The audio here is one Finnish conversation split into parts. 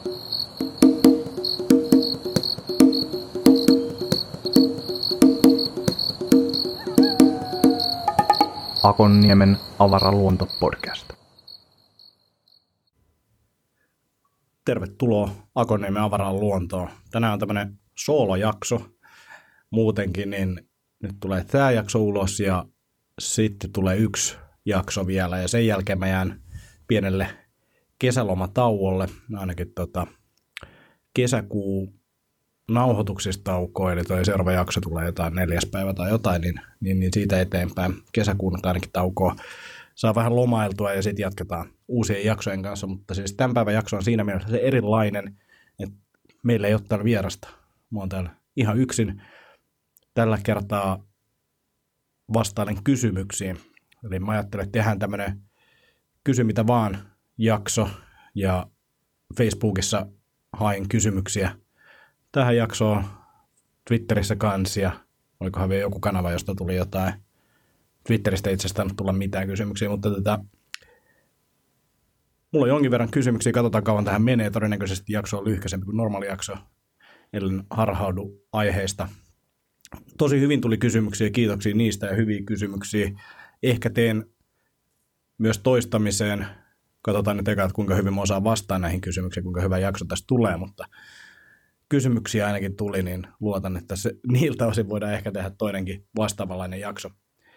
Akonniemen avaraluonto-podcast. Tervetuloa Akonniemen avaraan luontoon. Tänään on tämmöinen soolojakso. Muutenkin niin nyt tulee tämä jakso ulos ja sitten tulee yksi jakso vielä. Ja sen jälkeen mä jään pienelle kesälomatauolle. Ainakin kesäkuun nauhoituksista taukoa, eli toi seuraava jakso tulee jotain 4. päivä tai jotain, niin siitä eteenpäin kesäkuun ainakin taukoa. Saa vähän lomailtua ja sitten jatketaan uusien jaksojen kanssa, mutta siis tämän päivän jakso on siinä mielessä se erilainen, että meillä ei ole täällä vierasta. Mä oon täällä ihan yksin. Tällä kertaa vastailen kysymyksiin. Eli mä ajattelen, että tehdään tämmönen kysy mitä vaan jakso ja Facebookissa hain kysymyksiä tähän jaksoon, Twitterissä kans ja olikohan vielä joku kanava, josta tuli jotain. Twitteristä itse asiassa tulla mitään kysymyksiä, mutta mulla on jonkin verran kysymyksiä, katsotaan kauan tähän menee. Todennäköisesti jakso on lyhkäisempi kuin normaali jakso, eli harhaudu aiheista. Tosi hyvin tuli kysymyksiä, kiitoksia niistä ja hyviä kysymyksiä. Ehkä teen myös toistamiseen. Katsotaan nyt eka, että kuinka hyvin mä osaan vastaa näihin kysymyksiin, kuinka hyvä jakso tästä tulee, mutta kysymyksiä ainakin tuli, niin luotan, että niiltä osin voidaan ehkä tehdä toinenkin vastaavanlainen jakso.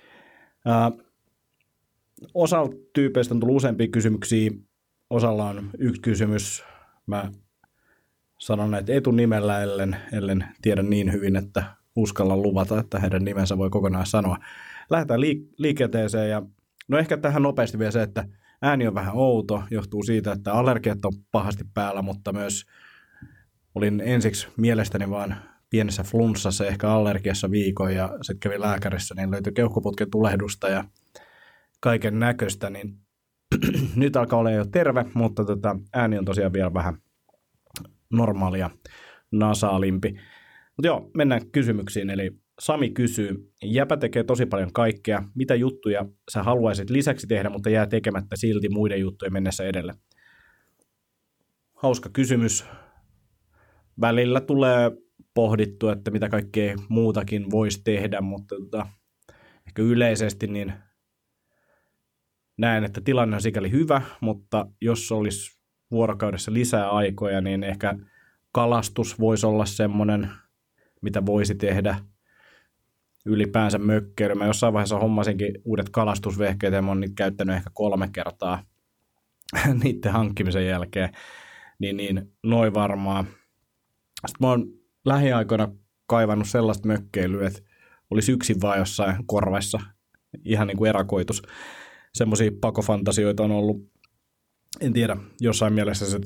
Osalla tyypeistä on tullut useampia kysymyksiä, osalla on yksi kysymys. Mä sanon näitä etunimellä, ellen tiedä niin hyvin, että uskallan luvata, että heidän nimensä voi kokonaan sanoa. Lähdetään liikenteeseen ja no ehkä tähän nopeasti vielä se, että ääni on vähän outo, johtuu siitä, että allergiat on pahasti päällä, mutta myös olin ensiksi mielestäni vaan pienessä flunssassa, ehkä allergiassa viikon ja sitten kävin lääkärissä, niin löytyi keuhkoputken tulehdusta ja kaiken näköistä, niin nyt alkaa olla jo terve, mutta ääni on tosiaan vielä vähän normaalia nasaalimpi. Mutta joo, mennään kysymyksiin, eli Sami kysyy, Jäpä tekee tosi paljon kaikkea, mitä juttuja sä haluaisit lisäksi tehdä, mutta jää tekemättä silti muiden juttujen mennessä edelle? Hauska kysymys. Välillä tulee pohdittua, että mitä kaikkea muutakin voisi tehdä, mutta ehkä yleisesti niin näen, että tilanne on sikäli hyvä, mutta jos olisi vuorokaudessa lisää aikoja, niin ehkä kalastus voisi olla semmoinen, mitä voisi tehdä. Ylipäänsä mökkeily. Mä jossain vaiheessa hommasinkin uudet kalastusvehkeet ja mä oon niitä käyttänyt ehkä 3 kertaa niiden hankkimisen jälkeen. Niin noin varmaan. Sitten mä oon lähiaikoina kaivannut sellaista mökkeilyä, että olisi yksin vaan jossain korvessa, ihan niin kuin erakoitus. Semmoisia pakofantasioita on ollut, en tiedä, jossain mielessä se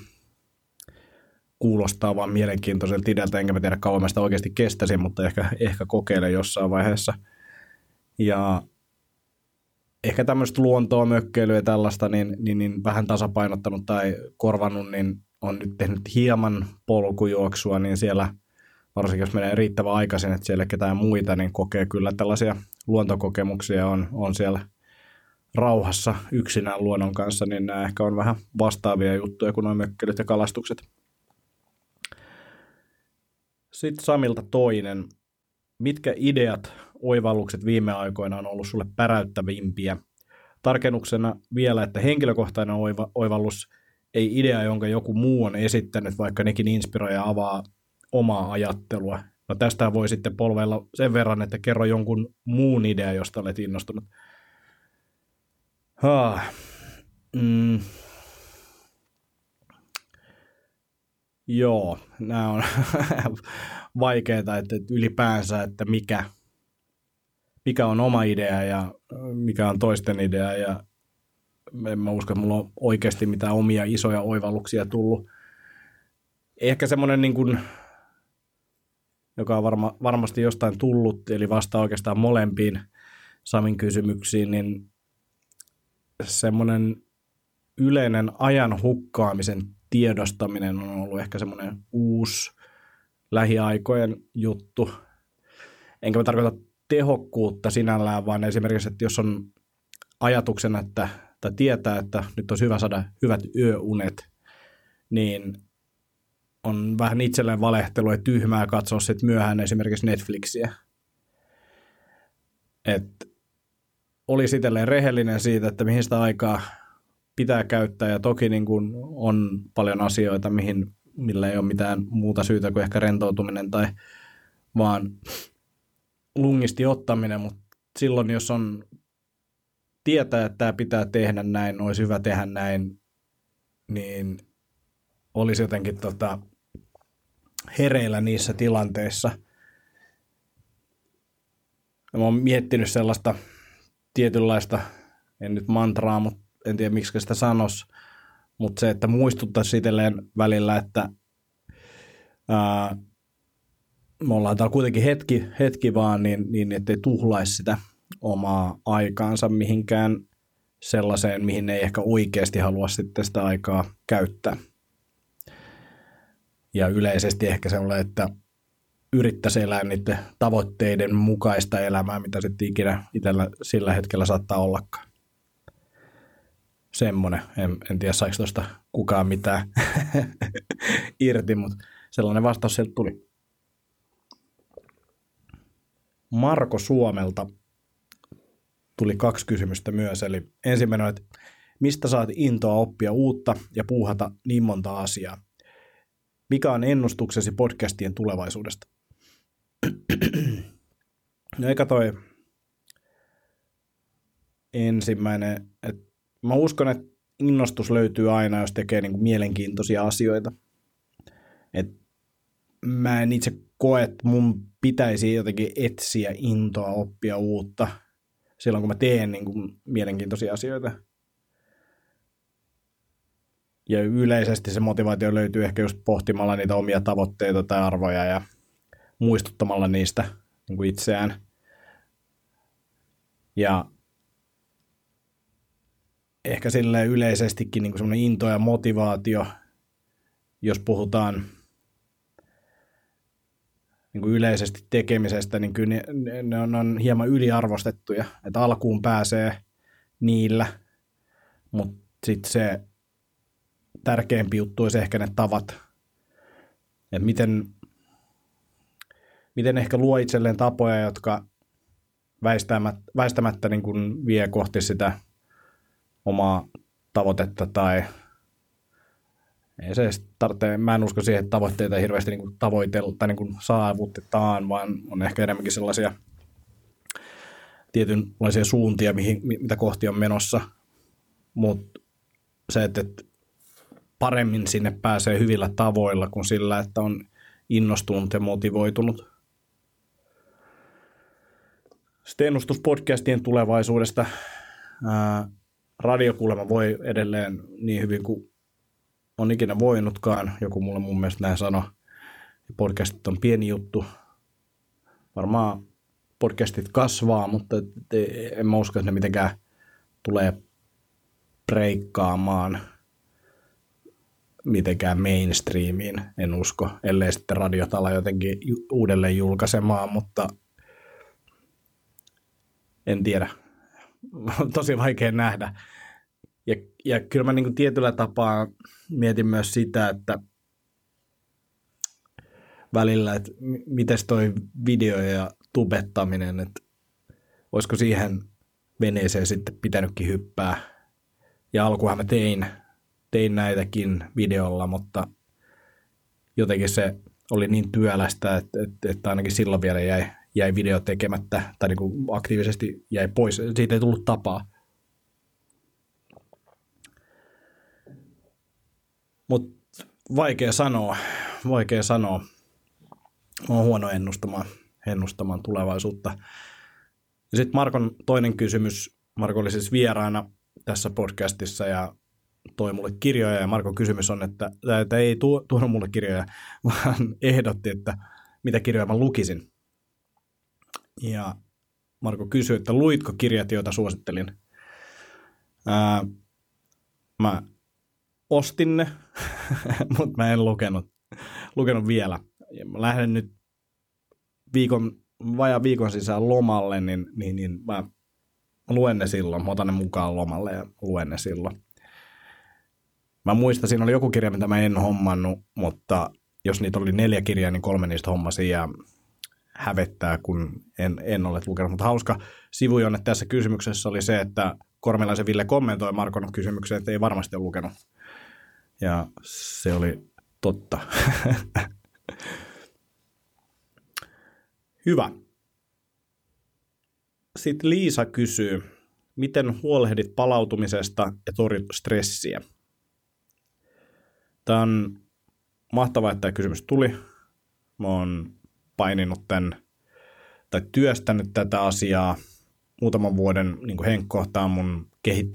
kuulostaa vaan mielenkiintoiselta idealta, enkä mä tiedä kauan mä sitä oikeasti kestäisin, mutta ehkä kokeilen jossain vaiheessa. Ja ehkä tämmöistä luontoa, mökkeilyä ja tällaista, niin vähän tasapainottanut tai korvannut, niin on nyt tehnyt hieman polkujuoksua, niin siellä, varsinkin jos menee riittävän aikaisin, että siellä ketään muita, niin kokee kyllä tällaisia luontokokemuksia on siellä rauhassa yksinään luonnon kanssa, niin nämä ehkä on vähän vastaavia juttuja kuin nuo mökkeilyt ja kalastukset. Sitten Samilta toinen. Mitkä ideat, oivallukset viime aikoina on ollut sulle päräyttävimpiä? Tarkennuksena vielä, että henkilökohtainen oivallus ei idea, jonka joku muu on esittänyt, vaikka nekin inspiroi ja avaa omaa ajattelua. No tästä voi sitten polveilla sen verran, että kerro jonkun muun idea, josta olet innostunut. Joo, nämä on vaikeita, että ylipäänsä, että mikä on oma idea ja mikä on toisten idea ja en mä usko, että mulla on oikeasti mitään omia isoja oivalluksia tullut. Ehkä semmoinen, niin kuin, joka on varmasti jostain tullut, eli vastaa oikeastaan molempiin Samin kysymyksiin, niin semmoinen yleinen ajan hukkaamisen tiedostaminen on ollut ehkä semmoinen uusi lähiaikojen juttu. Enkä mä tarkoita tehokkuutta sinällään, vaan esimerkiksi, että jos on ajatuksena, että tietää, että nyt olisi hyvä saada hyvät yöunet, niin on vähän itselleen valehtelua ja tyhmää katsoa sitten myöhään esimerkiksi Netflixiä. Että olisi itselleen rehellinen siitä, että mihin sitä aikaa pitää käyttää, ja toki niin kun on paljon asioita, millä ei ole mitään muuta syytä kuin ehkä rentoutuminen tai vaan lungisti ottaminen, mutta silloin jos on tietää, että tämä pitää tehdä näin, olisi hyvä tehdä näin, niin olisi jotenkin hereillä niissä tilanteissa. Mä oon miettinyt sellaista tietynlaista, en nyt mantraa, mutta en tiedä miksi sitä sanoisi, mutta se, että muistuttaisi itselleen välillä, että me ollaan täällä kuitenkin hetki vaan, niin ettei tuhlaisi sitä omaa aikaansa mihinkään sellaiseen, mihin ei ehkä oikeasti halua sitten sitä aikaa käyttää. Ja yleisesti ehkä sellainen, että yrittäisi elää niiden tavoitteiden mukaista elämää, mitä sitten ikinä itsellä sillä hetkellä saattaa ollakaan. Semmoinen. En tiedä, saiko tuosta kukaan mitään irti, mutta sellainen vastaus sieltä tuli. Marko Suomelta tuli 2 kysymystä myös. Eli ensimmäinen on, että mistä saat intoa oppia uutta ja puuhata niin monta asiaa? Mikä on ennustuksesi podcastien tulevaisuudesta? No eikä toi ensimmäinen, että mä uskon, että innostus löytyy aina, jos tekee niin kuin mielenkiintoisia asioita. Et mä en itse koe, että mun pitäisi jotenkin etsiä intoa oppia uutta silloin, kun mä teen niin kuin mielenkiintoisia asioita. Ja yleisesti se motivaatio löytyy ehkä just pohtimalla niitä omia tavoitteita tai arvoja ja muistuttamalla niistä niin kuin itseään. Ja ehkä silleen yleisestikin niin kuin semmoinen into ja motivaatio, jos puhutaan niin kuin yleisesti tekemisestä, niin kyllä ne on hieman yliarvostettuja. Että alkuun pääsee niillä, mutta sitten se tärkeämpi juttu olisi ehkä ne tavat. Että miten ehkä luo itselleen tapoja, jotka väistämättä niin kuin vie kohti sitä omaa tavoitetta tai ei se tarvitse, mä en usko siihen, että tavoitteita hirveästi niin kuin tavoitella tai niin kuin saavutetaan, vaan on ehkä enemmänkin sellaisia tietynlaisia suuntia, mitä kohti on menossa, mutta se, että paremmin sinne pääsee hyvillä tavoilla kuin sillä, että on innostunut ja motivoitunut. Sitten ennustuspodcastien tulevaisuudesta. Radiokuulema voi edelleen niin hyvin kuin on ikinä voinutkaan. Joku mulle mun mielestä näin sanoi. Podcastit on pieni juttu. Varmaan podcastit kasvaa, mutta en mä usko, että ne mitenkään tulee breikkaamaan mitenkään mainstreamiin, en usko, ellei sitten radiotala jotenkin uudelleen julkaisemaan, mutta en tiedä. Tosi vaikea nähdä. Ja kyllä mä niin kuin tietyllä tapaa mietin myös sitä, että välillä, että mites toi video ja tubettaminen, että olisiko siihen veneeseen sitten pitänytkin hyppää. Ja alkuunhan mä tein näitäkin videolla, mutta jotenkin se oli niin työlästä, että ainakin silloin vielä jäi video tekemättä, tai niin kuin aktiivisesti jäi pois. Siitä ei tullut tapaa. Mutta vaikea sanoa. Olen huono ennustamaan tulevaisuutta. Ja sitten Markon toinen kysymys. Marko oli siis vieraana tässä podcastissa ja toi mulle kirjoja. Ja Markon kysymys on, että ei tuonut mulle kirjoja, vaan ehdotti, että mitä kirjoja mä lukisin. Ja Marko kysyi, että luitko kirjat, joita suosittelin? Mä ostin ne, mutta mä en lukenut vielä. Ja mä lähden nyt vajaan viikon sisään lomalle, niin mä luen ne silloin. Mä otan ne mukaan lomalle ja luen ne silloin. Mä muistan, siinä oli joku kirja, mitä mä en hommannut, mutta jos niitä oli 4 kirjaa, niin 3 niistä hommasin ja hävettää, kun en ole lukenut. Mutta hauska sivujonne tässä kysymyksessä oli se, että Kormelaisen Ville kommentoi Markon kysymykseen, että ei varmasti ole lukenut. Ja se oli totta. Hyvä. Sitten Liisa kysyy, miten huolehdit palautumisesta ja torjut stressiä? Tämä on mahtavaa, että tämä kysymys tuli. Mä oon paininut työstänyt tätä asiaa muutaman vuoden niin kuin henkkohtaa mun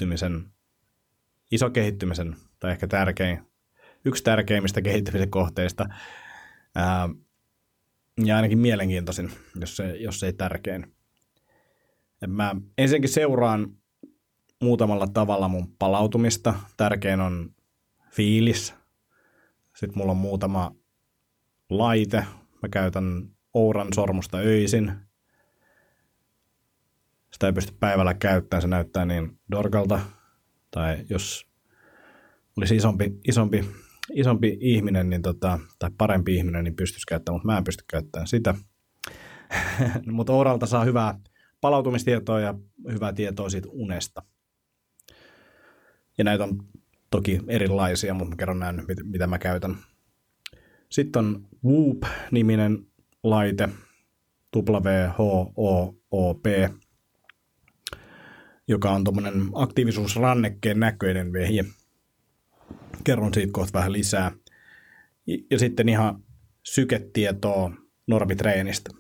iso kehittymisen, tai ehkä yksi tärkeimmistä kehittymisen kohteista, ja ainakin mielenkiintoisin, jos ei tärkein. Mä ensinnäkin seuraan muutamalla tavalla mun palautumista. Tärkein on fiilis. Sitten mulla on muutama laite. Mä käytän Ouran sormusta öisin. Sitä ei pysty päivällä käyttämään, se näyttää niin dorkalta. Tai jos olisi isompi ihminen, niin tai parempi ihminen, niin pystyisi käyttämään, mutta mä en pysty käyttämään sitä. Mutta Ouralta saa hyvää palautumistietoa ja hyvää tietoa siitä unesta. Ja näitä on toki erilaisia, mutta mä kerron näin, mitä mä käytän. Sitten on Whoop-niminen laite, WHOOP, joka on tommonen aktiivisuusrannekkeen näköinen vehje. Kerron siitä kohta vähän lisää. Ja sitten ihan syketietoa normitreenistä.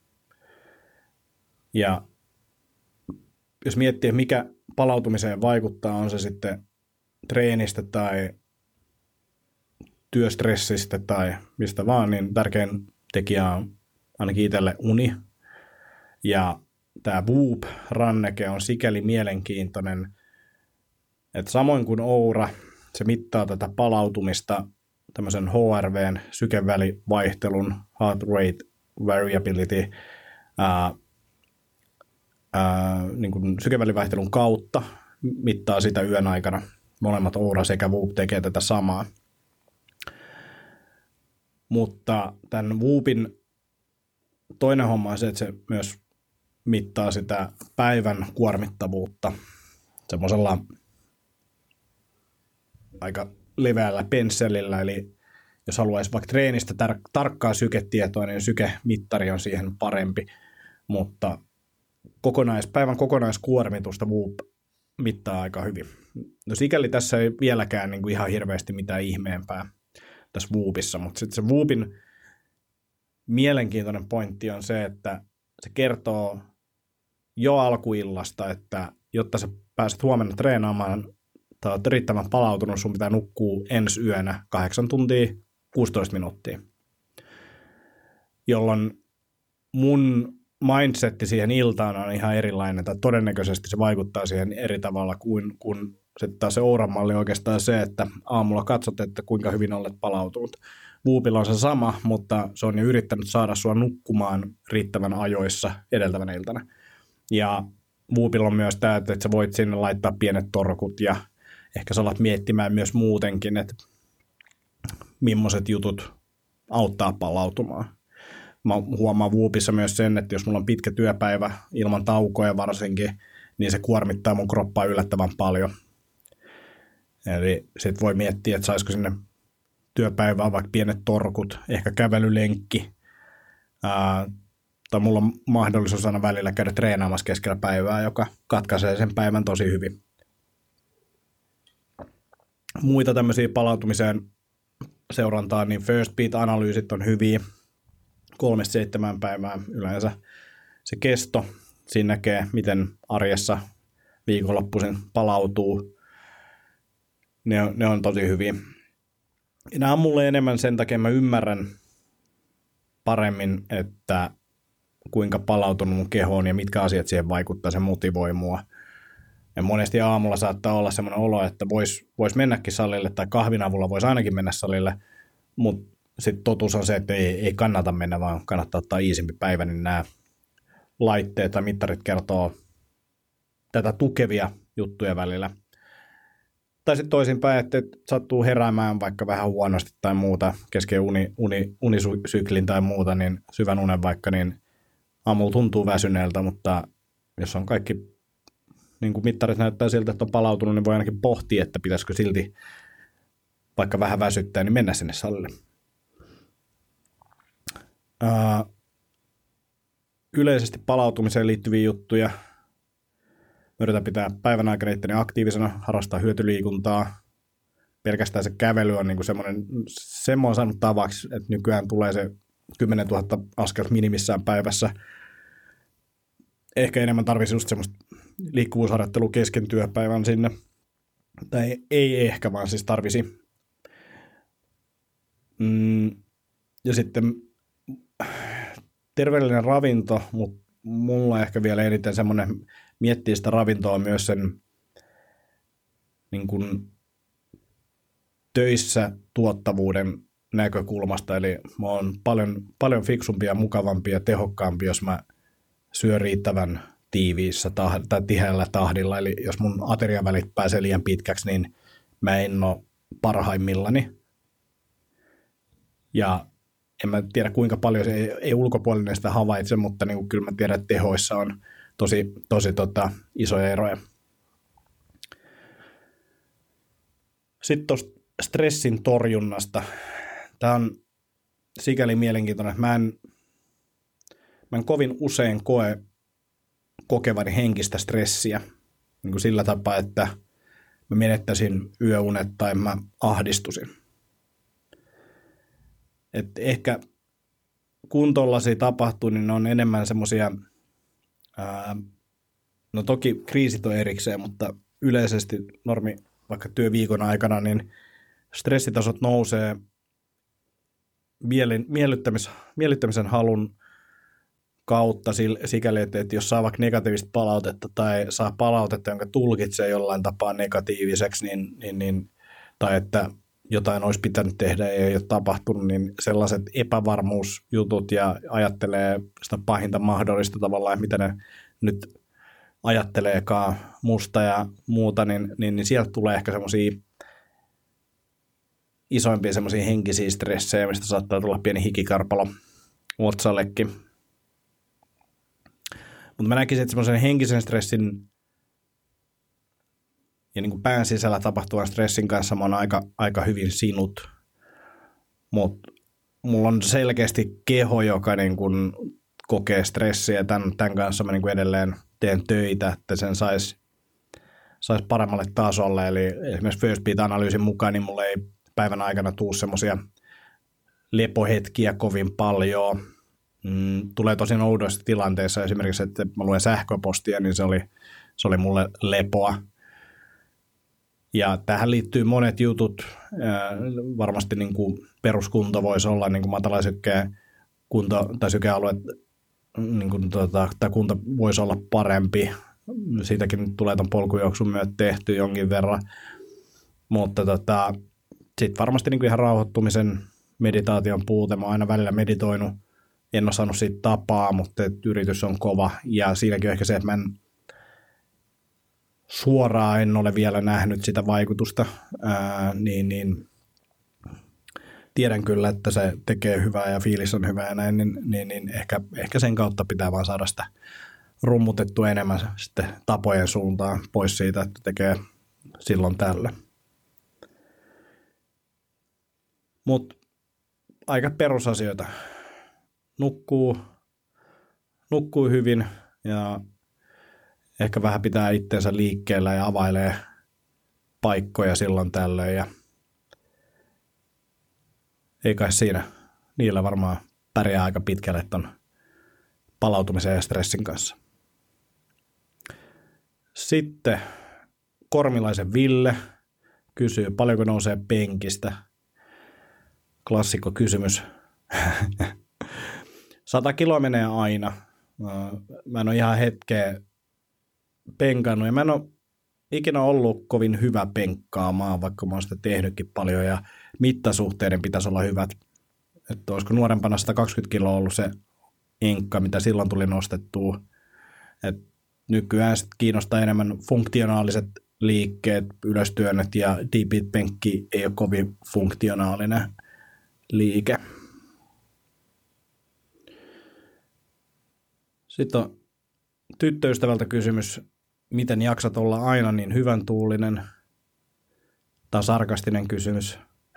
Ja jos miettii, mikä palautumiseen vaikuttaa, on se sitten treenistä tai työstressistä tai mistä vaan, niin tärkein tekijä on ainakin itselle uni. Ja tämä Whoop-ranneke on sikäli mielenkiintoinen, että samoin kuin Oura, se mittaa tätä palautumista tämmöisen HRVn, sykevälivaihtelun, heart rate variability, niin kuin sykevälivaihtelun kautta, mittaa sitä yön aikana. Molemmat Oura sekä Whoop tekee tätä samaa. Mutta tämän Whoopin toinen homma on se, että se myös mittaa sitä päivän kuormittavuutta semmoisella aika leveällä pensselillä, eli jos haluaisi vaikka treenistä tarkkaa syketietoa, niin sykemittari on siihen parempi, mutta päivän kokonaiskuormitusta Whoop mittaa aika hyvin. No sikäli tässä ei vieläkään niin kuin ihan hirveästi mitään ihmeempää tässä Whoopissa, mutta sitten se Whoopin mielenkiintoinen pointti on se, että se kertoo jo alkuillasta, että jotta sä pääset huomenna treenaamaan tai olet riittävän palautunut, sun pitää nukkua ensi yönä 8 tuntia 16 minuuttia. Jolloin mun mindsetti siihen iltaan on ihan erilainen, tai todennäköisesti se vaikuttaa siihen eri tavalla kuin sitten taas se Ouran malli oikeastaan se, että aamulla katsot, että kuinka hyvin olet palautunut. Whoopilla on se sama, mutta se on jo yrittänyt saada sua nukkumaan riittävän ajoissa edeltävänä iltana. Ja Whoopilla on myös tämä, että sä voit sinne laittaa pienet torkut ja ehkä sä alat miettimään myös muutenkin, että millaiset jutut auttaa palautumaan. Mä huomaan Whoopissa myös sen, että jos mulla on pitkä työpäivä ilman taukoja varsinkin, niin se kuormittaa mun kroppaa yllättävän paljon. Eli sit voi miettiä, että saisiko sinne työpäivään vaikka pienet torkut, ehkä kävelylenkki, tai mulla on mahdollisuus aina välillä käydä treenaamassa keskellä päivää, joka katkaisee sen päivän tosi hyvin. Muita tämmöisiä palautumiseen seurantaan, niin First Beat-analyysit on hyviä. 3-7 päivää yleensä se kesto. Siinä näkee, miten arjessa viikonloppuisin palautuu. Ne on tosi hyviä. Ja nämä on mulle enemmän sen takia, mä ymmärrän paremmin, että kuinka palautunut mun keho on ja mitkä asiat siihen vaikuttaa, se motivoi mua. Ja monesti aamulla saattaa olla semmoinen olo, että vois mennäkin salille tai kahvin avulla voisi ainakin mennä salille, mutta sitten totuus on se, että ei kannata mennä, vaan kannattaa ottaa iisimpi päivä, niin nämä laitteet tai mittarit kertoo tätä tukevia juttuja välillä. Tai sitten toisinpäin, että sattuu heräämään vaikka vähän huonosti tai muuta kesken unisyklin tai muuta, niin syvän unen vaikka, niin aamulla tuntuu väsyneeltä, mutta jos on kaikki niin kuin mittarit näyttää siltä, että on palautunut, niin voi ainakin pohtia, että pitäisikö silti vaikka vähän väsyttää, niin mennä sinne salille. Yleisesti palautumiseen liittyviä juttuja. Mä yritän pitää päivän aikana itteni aktiivisena, harrastaa hyötyliikuntaa. Pelkästään se kävely on niinku semmoinen on saanut tavaksi, että nykyään tulee se 10 000 askelta minimissään päivässä. Ehkä enemmän tarvitsisi just semmoista liikkuvuusharjoittelua kesken työpäivän sinne. Tai ei ehkä, vaan siis tarvisi. Ja sitten terveellinen ravinto, mutta mulla ehkä vielä eniten semmoinen miettii sitä ravintoa myös sen niin kuin töissä tuottavuuden näkökulmasta, eli mä oon paljon fiksumpi ja mukavampi ja tehokkaampi, jos mä syön riittävän tiiviissä tai tiheällä tahdilla, eli jos mun ateriavälit pääsee liian pitkäksi, niin mä en ole parhaimmillani. Ja en mä tiedä kuinka paljon se ei ulkopuolinen sitä havaitse, mutta niin kyllä mä tiedän, että tehoissa on tosi isoja eroja. Sitten tuosta stressin torjunnasta. Tämä on sikäli mielenkiintoinen, että mä en kovin usein kokevani henkistä stressiä niin kuin sillä tapaa, että mä menettäisin yöunet tai mä ahdistusin. Et ehkä kun tollaisia tapahtuu, niin ne on enemmän semmoisia, no toki kriisit on erikseen, mutta yleisesti normi vaikka työviikon aikana, niin stressitasot nousee miellyttämisen halun kautta sikäli, että jos saa vaikka negatiivista palautetta tai saa palautetta, jonka tulkitsee jollain tapaa negatiiviseksi, niin, tai että jotain olisi pitänyt tehdä ja ei ole tapahtunut, niin sellaiset epävarmuusjutut ja ajattelee sitä pahinta mahdollista tavallaan, mitä ne nyt ajatteleekaan musta ja muuta, niin sieltä tulee ehkä semmoisia isoimpia semmoisia henkisiä stressejä, mistä saattaa tulla pieni hikikarpalo otsallekin. Mutta mä näkisin, että semmoisen henkisen stressin ja niin kuin pään sisällä tapahtuvan stressin kanssa mä oon aika hyvin sinut. Mutta mulla on selkeästi keho, joka niin kuin kokee stressiä. Tämän kanssa mä niin kuin edelleen teen töitä, että sen saisi paremmalle tasolle. Eli esimerkiksi First Beat-analyysin mukaan niin mulla ei päivän aikana tule semmoisia lepohetkiä kovin paljon. Tulee tosin oudoissa tilanteissa. Esimerkiksi, että mä luen sähköpostia, niin se oli mulle lepoa. Ja tähän liittyy monet jutut. Varmasti niin kuin peruskunto voisi olla niin kuin matalasykkeen kunto tai sykealue, niin kuin tai kunto voisi olla parempi. Siitäkin tulee ton polkujuoksun myötä tehty jonkin verran. Mutta sitten varmasti niin kuin ihan rauhoittumisen meditaation puute. Mä oon aina välillä meditoinut. En ole saanut siitä tapaa, mutta yritys on kova. Ja siinäkin on ehkä se, että mä suoraan en ole vielä nähnyt sitä vaikutusta, niin tiedän kyllä, että se tekee hyvää ja fiilis on hyvä ja näin, niin ehkä sen kautta pitää vaan saada sitä rummutettua enemmän sitten tapojen suuntaan pois siitä, että tekee silloin tällä. Mutta aika perusasioita. Nukkuu hyvin ja ehkä vähän pitää itteensä liikkeellä ja availee paikkoja silloin tällöin. Ja ei kai siinä. Niillä varmaan pärjää aika pitkälle ton palautumisen ja stressin kanssa. Sitten Kormilaisen Ville kysyy, paljonko nousee penkistä. Klassikko kysymys. 100 kiloa menee aina. Mä en ole ihan hetkeä penkannut ja mä en ole ikinä ollut kovin hyvä penkkaamaan, vaikka mä oon sitä tehnytkin paljon ja mittasuhteiden pitäisi olla hyvät. Että olisiko nuorempana 120 kiloa ollut se enkka, mitä silloin tuli nostettua. Et nykyään sit kiinnostaa enemmän funktionaaliset liikkeet, ylöstyönnöt ja deep-penkki ei ole kovin funktionaalinen liike. Sitten on tyttöystävältä kysymys, miten jaksat olla aina niin hyvän tuulinen? Tämä on sarkastinen kysymys.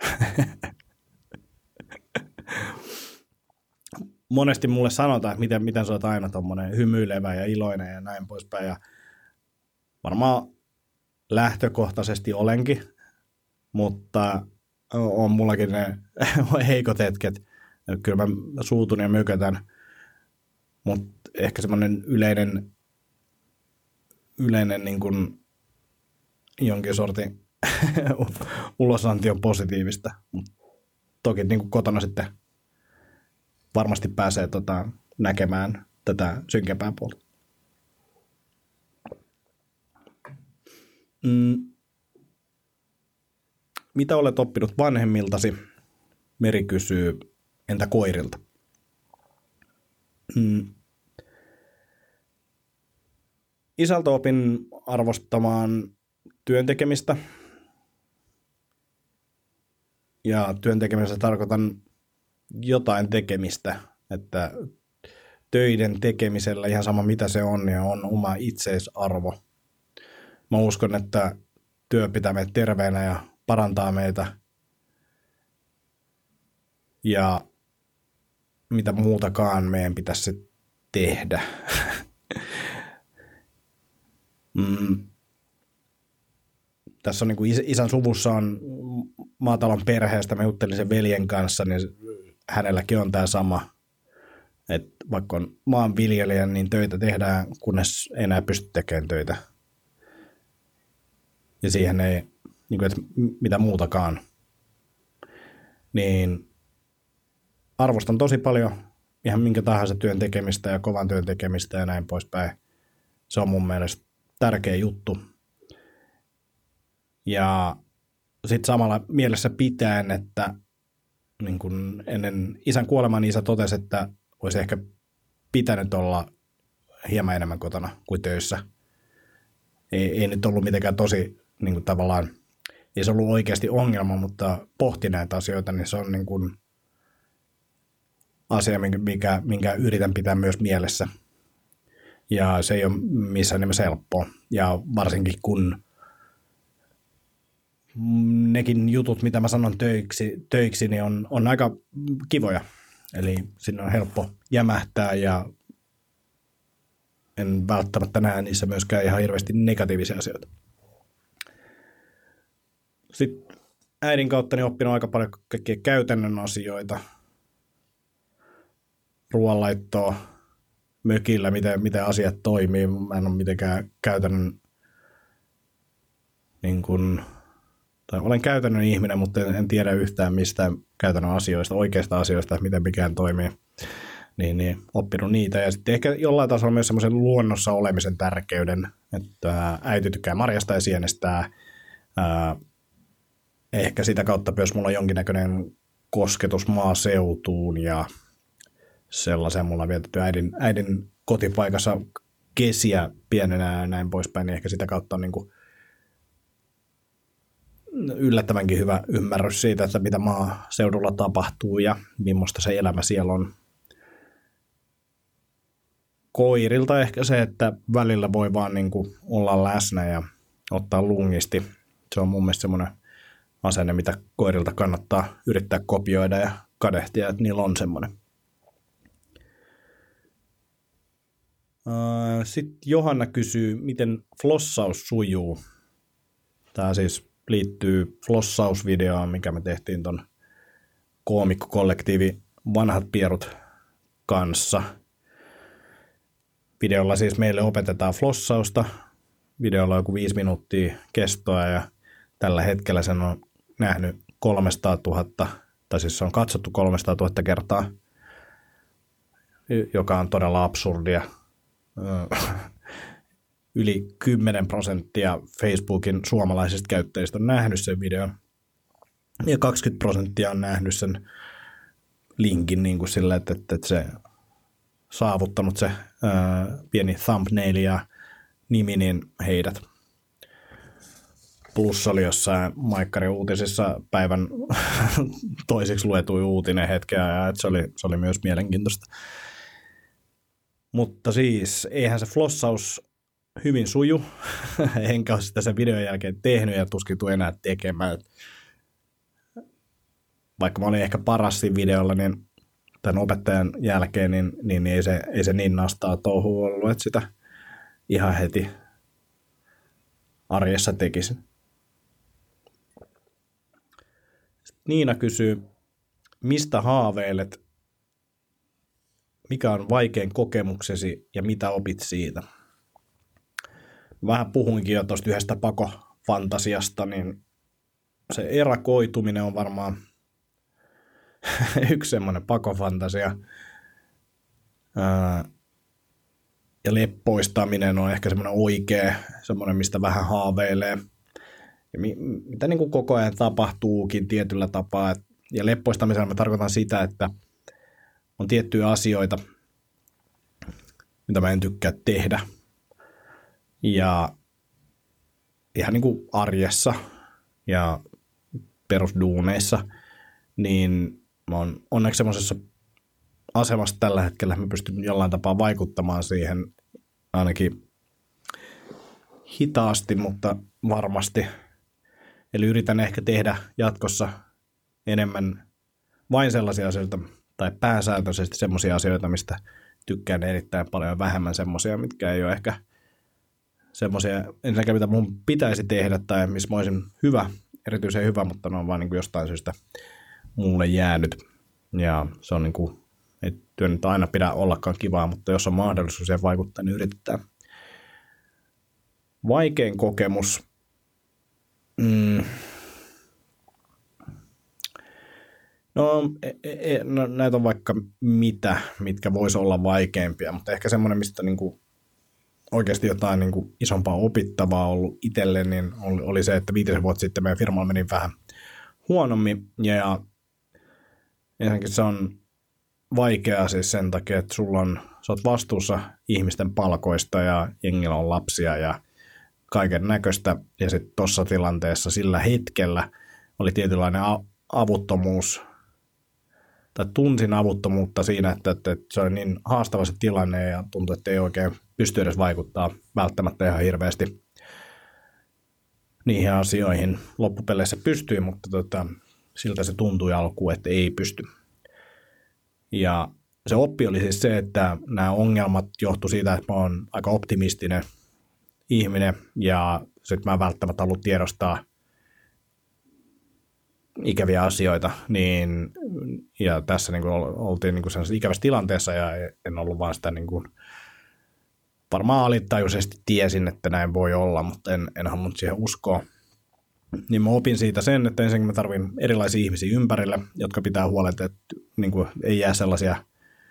Monesti mulle sanotaan, että miten sä oot aina tommonen hymyilevä ja iloinen ja näin poispäin. Ja varmaan lähtökohtaisesti olenkin, mutta on mullakin ne heikot hetket. Kyllä mä suutun ja mökötän, mutta ehkä semmoinen yleinen niin kuin jonkin sortin ulosanti on positiivista. Toki niin kuin kotona sitten varmasti pääsee näkemään tätä synkempää puolta. Mitä olet oppinut vanhemmiltasi? Meri kysyy, entä koirilta? Isältä opin arvostamaan työn tekemistä. Ja työn tekemisessä tarkoitan jotain tekemistä, että töiden tekemisellä, ihan sama mitä se on, niin on oma itseisarvo. Mä uskon, että työ pitää meitä terveenä ja parantaa meitä. Ja mitä muutakaan meidän pitäisi tehdä. Tässä on niin kuin isän suvussa on maatalon perheestä, mä juttelin sen veljen kanssa, niin hänelläkin on tämä sama, että vaikka on maanviljelijä, niin töitä tehdään, kunnes ei enää pysty tekemään töitä. Ja siihen ei, niin kuin, että mitä muutakaan. Niin arvostan tosi paljon ihan minkä tahansa työn tekemistä ja kovan työn tekemistä ja näin poispäin. Se on mun mielestä tärkeä juttu. Ja sitten samalla mielessä pitäen, että niin kun ennen isän kuolemaa niin isä totesi, että olisi ehkä pitänyt olla hieman enemmän kotona kuin töissä. Ei nyt ollut mitenkään tosi niin kuin tavallaan, ei se ollut oikeasti ongelma, mutta pohti näitä asioita, niin se on niin kuin asia, minkä yritän pitää myös mielessä. Ja se ei ole missään nimessä helppoa. Ja varsinkin kun nekin jutut, mitä mä sanon töiksi niin on aika kivoja. Eli sinne on helppo jämähtää ja en välttämättä näe niissä myöskään ihan hirveästi negatiivisia asioita. Sitten äidin kautta niin oppinut aika paljon kaikkia käytännön asioita. Ruoanlaittoa mökillä, miten asiat toimii. Mä en ole mitenkään käytännön, niin kuin, tai olen käytännön ihminen, mutta en tiedä yhtään mistään käytännön asioista, oikeista asioista, miten mikään toimii. Niin oppinut niitä. Ja sitten ehkä jollain tasolla myös semmoisen luonnossa olemisen tärkeyden, että äiti tykkää marjasta ja sienestää. Ehkä sitä kautta myös mulla on jonkinnäköinen kosketus maaseutuun ja sellaisen mulla on vietetty äidin kotipaikassa kesiä pienenä ja näin poispäin, niin ehkä sitä kautta on niin kuin yllättävänkin hyvä ymmärrys siitä, että mitä maaseudulla tapahtuu ja millaista se elämä siellä on. Koirilta ehkä se, että välillä voi vaan niin kuin olla läsnä ja ottaa lungisti. Se on mun mielestä semmoinen asenne, mitä koirilta kannattaa yrittää kopioida ja kadehtia, että niillä on semmoinen. Sitten Johanna kysyy, miten flossaus sujuu. Tämä siis liittyy flossausvideoon, mikä me tehtiin ton koomikkokollektiivi Vanhat Pierut kanssa. Videolla siis meille opetetaan flossausta. Videolla on joku 5 minuuttia kestoa ja tällä hetkellä sen on nähnyt 300 000, tai siis se on katsottu 300 000 kertaa, joka on todella absurdia. Yli 10% Facebookin suomalaisista käyttäjistä on nähnyt sen videon ja 20% on nähnyt sen linkin niin kuin sillä, että se saavuttanut se pieni thumbnail ja nimi, niin heidät. Plus oli jossain Maikkarin uutisissa päivän toisiksi luetuin uutinen hetken ajan, että se oli myös mielenkiintoista. Mutta siis, eihän se flossaus hyvin suju, enkä ole sitä sen videon jälkeen tehnyt ja tuskin tule enää tekemään. Vaikka mä olin ehkä paras siinä videolla, niin tämän opettajan jälkeen, niin ei se niin nastaa touhua ollut, että sitä ihan heti arjessa tekisin. Sitten Niina kysyy, mistä haaveilet, mikä on vaikein kokemuksesi ja mitä opit siitä? Vähän puhuinkin jo tuosta yhdestä pakofantasiasta, niin se erakoituminen on varmaan yksi semmoinen pakofantasia. Ja leppoistaminen on ehkä semmoinen oikea, semmoinen mistä vähän haaveilee. Ja mitä niin kuin koko ajan tapahtuukin tietyllä tapaa. Ja leppoistamisella mä tarkoitan sitä, että on tiettyjä asioita, mitä mä en tykkää tehdä. Ja ihan niin kuin arjessa ja perusduuneissa, niin mä oon onneksi semmoisessa asemassa tällä hetkellä, että mä pystyn jollain tapaa vaikuttamaan siihen ainakin hitaasti, mutta varmasti. Eli yritän ehkä tehdä jatkossa enemmän vain sellaisia asioita, tai pääsääntöisesti semmoisia asioita, mistä tykkään erittäin paljon, ja vähemmän semmoisia, mitkä ei ole ehkä semmoisia, ensinnäkin mitä mun pitäisi tehdä, tai missä mä olisin hyvä, erityisen hyvä, mutta ne on vaan niin kuin jostain syystä mulle jäänyt. Ja se on niin kuin, ei työ nyt aina pidä ollakaan kivaa, mutta jos on mahdollisuus siihen vaikuttaa, niin yritetään. Vaikein kokemus. No, näitä on vaikka mitkä voisi olla vaikeimpia, mutta ehkä semmoinen, mistä niin kuin oikeasti jotain niin kuin isompaa opittavaa ollut itselle, niin oli se, että 5 vuotta sitten meidän firmalla meni vähän huonommin, ja ensinnäkin se on vaikeaa siis sen takia, että sä oot vastuussa ihmisten palkoista ja jengillä on lapsia ja kaiken näköistä, ja sitten tuossa tilanteessa sillä hetkellä oli tietynlainen avuttomuus, tai tunsin avuttomuutta siinä, että se oli niin haastava se tilanne ja tuntui, että ei oikein pysty edes vaikuttaa välttämättä ihan hirveästi niihin asioihin. Loppupeleissä pystyi, mutta siltä se tuntui alkuun, että ei pysty. Ja se oppi oli siis se, että nämä ongelmat johtu siitä, että mä oon aika optimistinen ihminen ja sitten mä en välttämättä ollut tiedostaa ikäviä asioita, niin, ja tässä niin kuin oltiin niin kuin sellaisessa ikävässä tilanteessa ja en ollut vaan sitä niin kuin, varmaan alitajuisesti tiesin, että näin voi olla, mutta en halunnut siihen uskoa. Niin mä opin siitä sen, että ensinnäkin mä tarvin erilaisia ihmisiä ympärille, jotka pitää huolta, että niin kuin ei jää sellaisia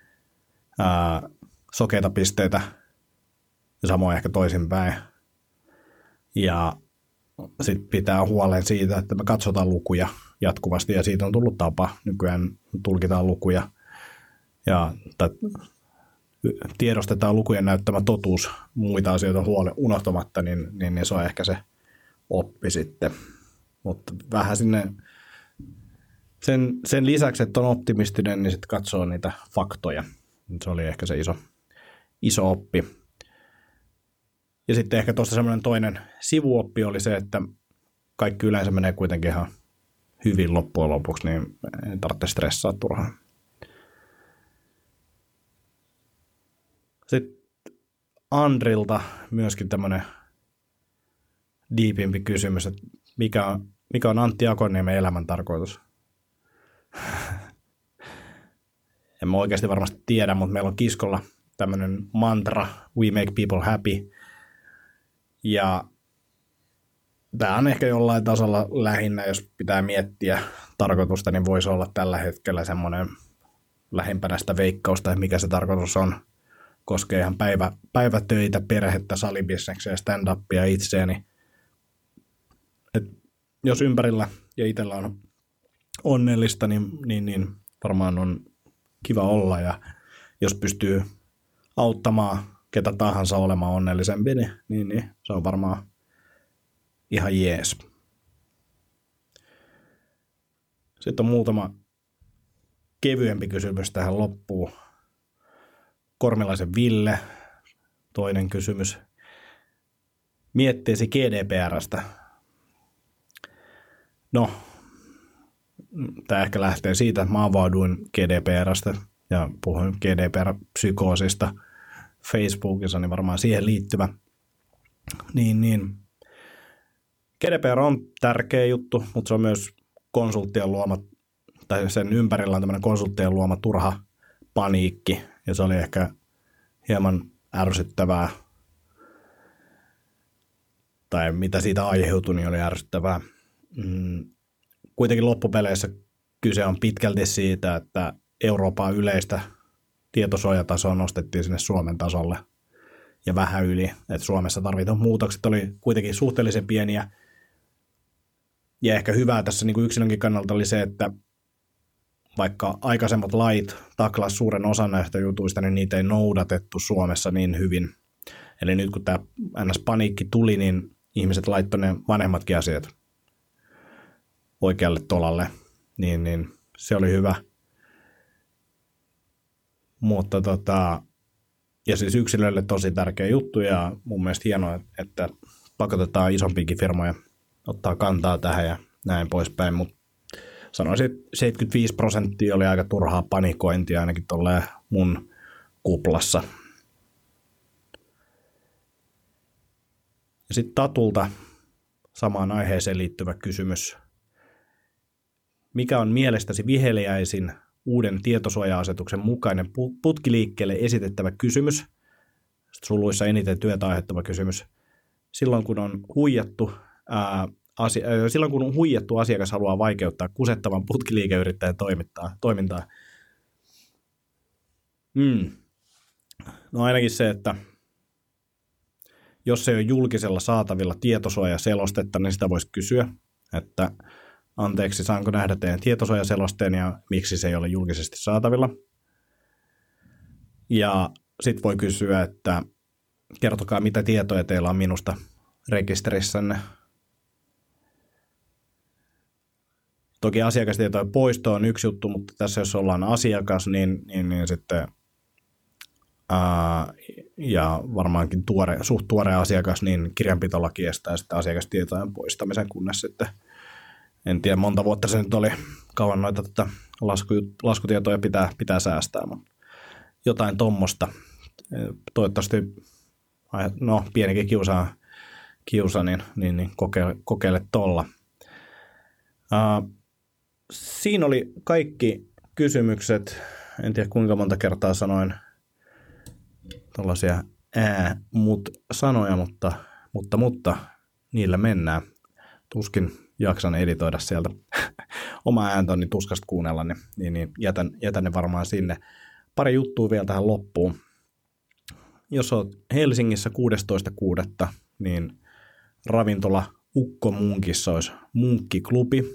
sokeita pisteitä ja samoin ehkä toisinpäin. Ja sitten pitää huolen siitä, että me katsotaan lukuja jatkuvasti ja siitä on tullut tapa. Nykyään tulkitaan lukuja ja tiedostetaan lukujen näyttämä totuus muita asioita unohtamatta, niin se on ehkä se oppi sitten. Mutta vähän sinne sen lisäksi, että on optimistinen, niin sitten katsoo niitä faktoja. Se oli ehkä se iso oppi. Ja sitten ehkä tuossa semmoinen toinen sivuoppi oli se, että kaikki yleensä menee kuitenkin ihan hyvin loppujen lopuksi, niin ei tarvitse stressaa turhaan. Sitten Andrilta myöskin tämmöinen diipimpi kysymys, että mikä on Antti Akoniemen elämän tarkoitus? En mä oikeasti varmasti tiedä, mutta meillä on Kiskolla tämmöinen mantra, we make people happy. Ja tämä on ehkä jollain tasolla lähinnä, jos pitää miettiä tarkoitusta, niin voisi olla tällä hetkellä semmoinen lähimpänä sitä veikkausta, että mikä se tarkoitus on. Koskee ihan päivätöitä, perhettä, salibisneksiä, stand-upia itseäni. Et jos ympärillä ja itsellä on onnellista, niin varmaan on kiva olla. Ja jos pystyy auttamaan ketä tahansa olemaan onnellisempi, niin se on varmaan ihan jees. Sitten on muutama kevyempi kysymys tähän loppuun. Kormilaisen Ville, toinen kysymys. Mietteesi GDPR:stä. No, tämä ehkä lähtee siitä, että mä avauduin GDPR:stä ja puhuin GDPR-psykoosista Facebookissa, niin varmaan siihen liittyvä. Niin. GDPR on tärkeä juttu, mutta se on myös konsulttien luoma, tai sen ympärillä on tämmöinen konsulttien luoma turha paniikki, ja se oli ehkä hieman ärsyttävää, tai mitä siitä aiheutui, niin oli ärsyttävää. Kuitenkin loppupeleissä kyse on pitkälti siitä, että Euroopan yleistä tietosuojatasoa nostettiin sinne Suomen tasolle ja vähän yli, että Suomessa tarvitut muutokset oli kuitenkin suhteellisen pieniä. Ja ehkä hyvää tässä niin kuin yksilönkin kannalta oli se, että vaikka aikaisemmat lait taklasivat suuren osan näistä jutuista, niin niitä ei noudatettu Suomessa niin hyvin. Eli nyt kun tämä NS-paniikki tuli, niin ihmiset laittoivat ne vanhemmatkin asiat oikealle tolalle, niin se oli hyvä. Mutta ja siis yksilöille tosi tärkeä juttu ja mun mielestä hienoa, että pakotetaan isompiakin firmoja ottaa kantaa tähän ja näin poispäin, mutta sanoisin, että 75% oli aika turhaa panikointia ainakin tolleen mun kuplassa. Ja sitten Tatulta samaan aiheeseen liittyvä kysymys. Mikä on mielestäsi viheliäisin uuden tietosuoja-asetuksen mukainen putkiliikkeelle esitettävä kysymys? Suluissa eniten työtä aiheuttava kysymys. Silloin kun on huijattu asiakas haluaa vaikeuttaa kusettavan putkiliikeyrittäjän toimintaa. No ainakin se, että jos ei ole julkisella saatavilla tietosuojaselostetta, niin sitä voisi kysyä, että anteeksi, saanko nähdä teidän tietosuojaselosteen ja miksi se ei ole julkisesti saatavilla. Ja sitten voi kysyä, että kertokaa mitä tietoja teillä on minusta rekisterissänne. Toki asiakastietojen poisto on yksi juttu, mutta tässä jos ollaan asiakas, niin sitten ja varmaankin suht tuore asiakas, niin kirjanpitolaki estää sitten asiakastietojen poistamisen, kunnes sitten en tiedä, monta vuotta se nyt oli, kauan noita laskutietoja pitää säästää, mutta jotain tommosta. Toivottavasti, no pienikin kiusa niin kokeile tolla. Siinä oli kaikki kysymykset. En tiedä kuinka monta kertaa sanoin tällaisia sanoja, mutta niillä mennään. Tuskin jaksan editoida sieltä omaa ääntä, niin tuskasta kuunnella, niin jätän ne varmaan sinne. Pari juttua vielä tähän loppuun. Jos olet Helsingissä 16.6., niin ravintola Ukko Munkissa olisi munkkiklubi.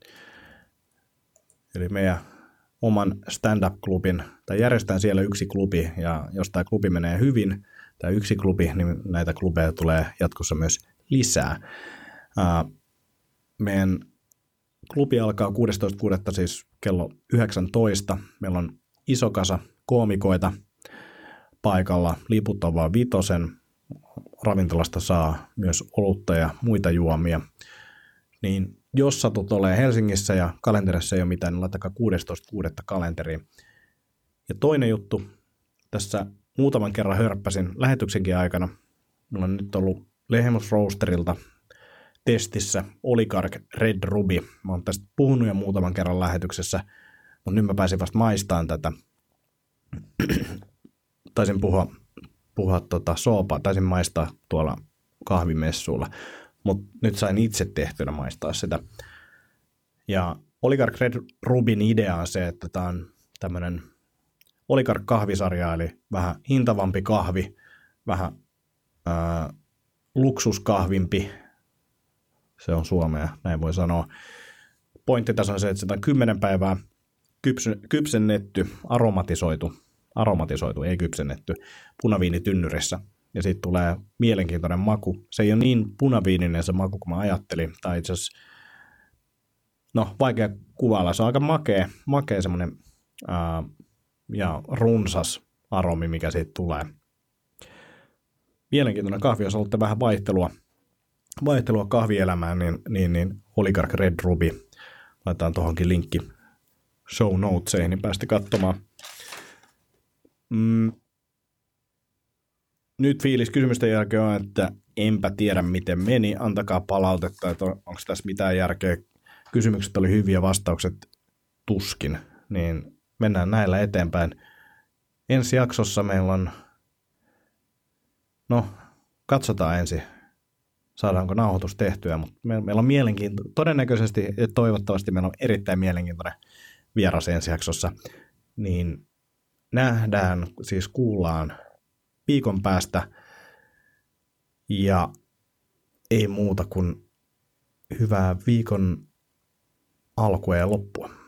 Eli meidän oman stand-up-klubin, tai järjestetään siellä yksi klubi, ja jos tämä klubi menee hyvin, tai yksi klubi, niin näitä klubeja tulee jatkossa myös lisää. Meidän klubi alkaa 16.6. siis kello 19. Meillä on iso kasa koomikoita paikalla. Liput on vaan 5. Ravintolasta saa myös olutta ja muita juomia. Niin jos satut olemaan Helsingissä ja kalenterissa ei ole mitään, niin laittakaa 16.6. kalenteriin. Ja toinen juttu, tässä muutaman kerran hörppäsin lähetyksenkin aikana. Mulla on nyt ollut Lehemus Roasterilta testissä Oligarch Red Ruby. Mä oon tästä puhunut jo muutaman kerran lähetyksessä, mutta nyt mä pääsin vasta maistamaan tätä. Taisin puhua soopaa, taisin maistaa tuolla kahvimessuilla, mutta nyt sain itse tehtynä maistaa sitä. Ja Oligarch Red Rubyn idea on se, että tämä on tämmöinen Oligarch-kahvisarja, eli vähän hintavampi kahvi, vähän luksuskahvimpi. Se on suomea, näin voi sanoa. Pointti tässä on se, että sitä on 10 päivää kypsennetty, aromatisoitu, ei kypsennetty, punaviinitynnyrissä. Ja siitä tulee mielenkiintoinen maku. Se ei ole niin punaviininen se maku, kuin mä ajattelin. Tai itse asiassa no vaikea kuvailla, se on aika makea semmoinen ja runsas aromi, mikä siitä tulee. Mielenkiintoinen kahvi, jos haluatte vähän vaihtelua kahvielämään, niin Oligarch Red Ruby. Laitetaan tuohonkin linkki show notesiin, niin päästä katsomaan. Nyt fiilis kysymysten jälkeen on, että enpä tiedä miten meni. Antakaa palautetta, että onko tässä mitään järkeä. Kysymykset oli hyviä, vastaukset tuskin. Niin mennään näillä eteenpäin. Ensi jaksossa meillä on, no katsotaan ensin, saadaanko nauhoitus tehtyä, mutta meillä on mielenkiintoinen, todennäköisesti ja toivottavasti meillä on erittäin mielenkiintoinen vieras ensi jaksossa, niin nähdään, siis kuullaan viikon päästä ja ei muuta kuin hyvää viikon alkua ja loppua.